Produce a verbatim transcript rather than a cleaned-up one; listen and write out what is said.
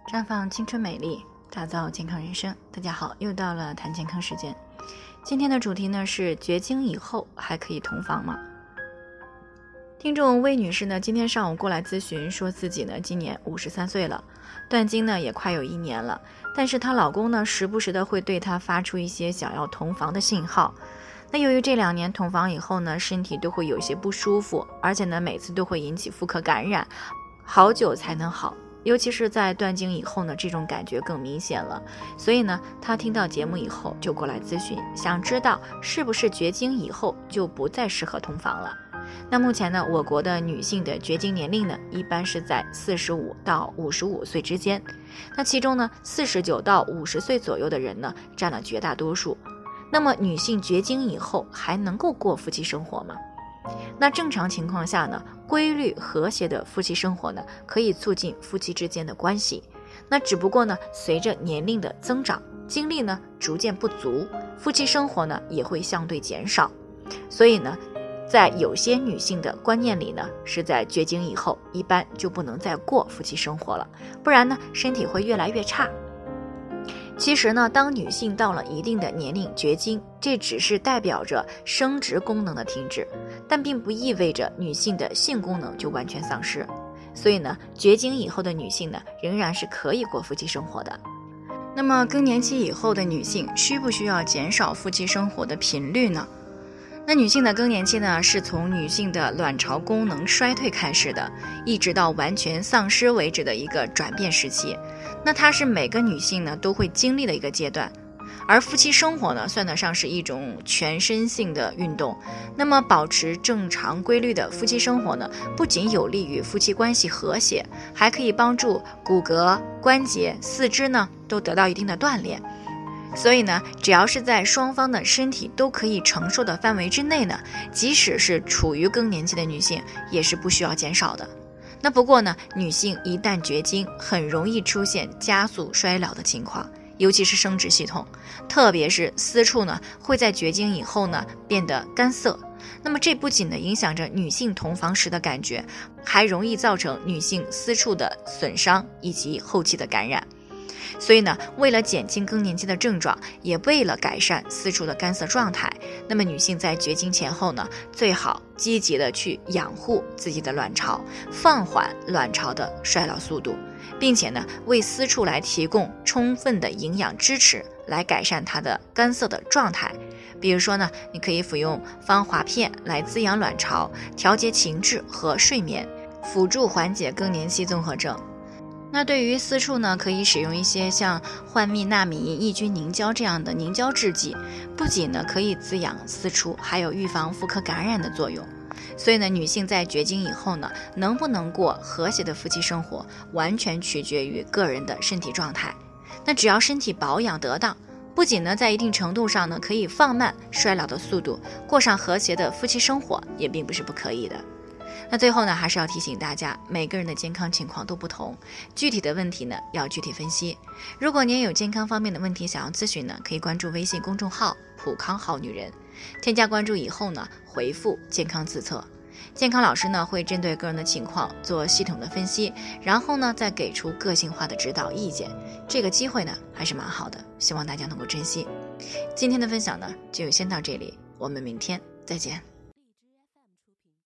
绽放青春美丽，打造健康人生。大家好，又到了谈健康时间。今天的主题呢是绝经以后还可以同房吗？听众魏女士呢今天上午过来咨询，说自己呢今年五十三岁了，断经呢也快有一年了，但是她老公呢时不时的会对她发出一些想要同房的信号。那由于这两年同房以后呢，身体都会有些不舒服，而且呢每次都会引起妇科感染，好久才能好。尤其是在断经以后呢，这种感觉更明显了。所以呢，她听到节目以后就过来咨询，想知道是不是绝经以后就不再适合同房了。那目前呢，我国的女性的绝经年龄呢，一般是在四十五到五十五岁之间。那其中呢，四十九到五十岁左右的人呢，占了绝大多数。那么女性绝经以后还能够过夫妻生活吗？那正常情况下呢，规律和谐的夫妻生活呢，可以促进夫妻之间的关系。那只不过呢，随着年龄的增长，精力呢逐渐不足，夫妻生活呢也会相对减少。所以呢，在有些女性的观念里呢，是在绝经以后，一般就不能再过夫妻生活了，不然呢，身体会越来越差。其实呢，当女性到了一定的年龄绝经，这只是代表着生殖功能的停止，但并不意味着女性的性功能就完全丧失。所以呢，绝经以后的女性呢，仍然是可以过夫妻生活的。那么更年期以后的女性需不需要减少夫妻生活的频率呢？那女性的更年期呢，是从女性的卵巢功能衰退开始的，一直到完全丧失为止的一个转变时期。那它是每个女性呢都会经历的一个阶段。而夫妻生活呢，算得上是一种全身性的运动。那么保持正常规律的夫妻生活呢，不仅有利于夫妻关系和谐，还可以帮助骨骼、关节、四肢呢都得到一定的锻炼。所以呢，只要是在双方的身体都可以承受的范围之内呢，即使是处于更年期的女性，也是不需要减少的。那不过呢，女性一旦绝经，很容易出现加速衰老的情况，尤其是生殖系统，特别是私处呢，会在绝经以后呢变得干涩。那么这不仅呢影响着女性同房时的感觉，还容易造成女性私处的损伤以及后期的感染。所以呢，为了减轻更年期的症状，也为了改善私处的干涩状态，那么女性在绝经前后呢，最好积极的去养护自己的卵巢，放缓卵巢的衰老速度，并且呢，为私处来提供充分的营养支持，来改善它的干涩的状态。比如说呢，你可以服用芳华片来滋养卵巢，调节情志和睡眠，辅助缓解更年期综合症。那对于私处呢，可以使用一些像幻蜜纳米抑菌凝胶这样的凝胶制剂，不仅呢可以滋养私处，还有预防妇科感染的作用。所以呢，女性在绝经以后呢，能不能过和谐的夫妻生活，完全取决于个人的身体状态。那只要身体保养得当，不仅呢在一定程度上呢可以放慢衰老的速度，过上和谐的夫妻生活也并不是不可以的。那最后呢，还是要提醒大家，每个人的健康情况都不同，具体的问题呢要具体分析。如果您有健康方面的问题想要咨询呢，可以关注微信公众号普康好女人，添加关注以后呢，回复健康自测，健康老师呢会针对个人的情况做系统的分析，然后呢再给出个性化的指导意见。这个机会呢还是蛮好的，希望大家能够珍惜。今天的分享呢就先到这里，我们明天再见。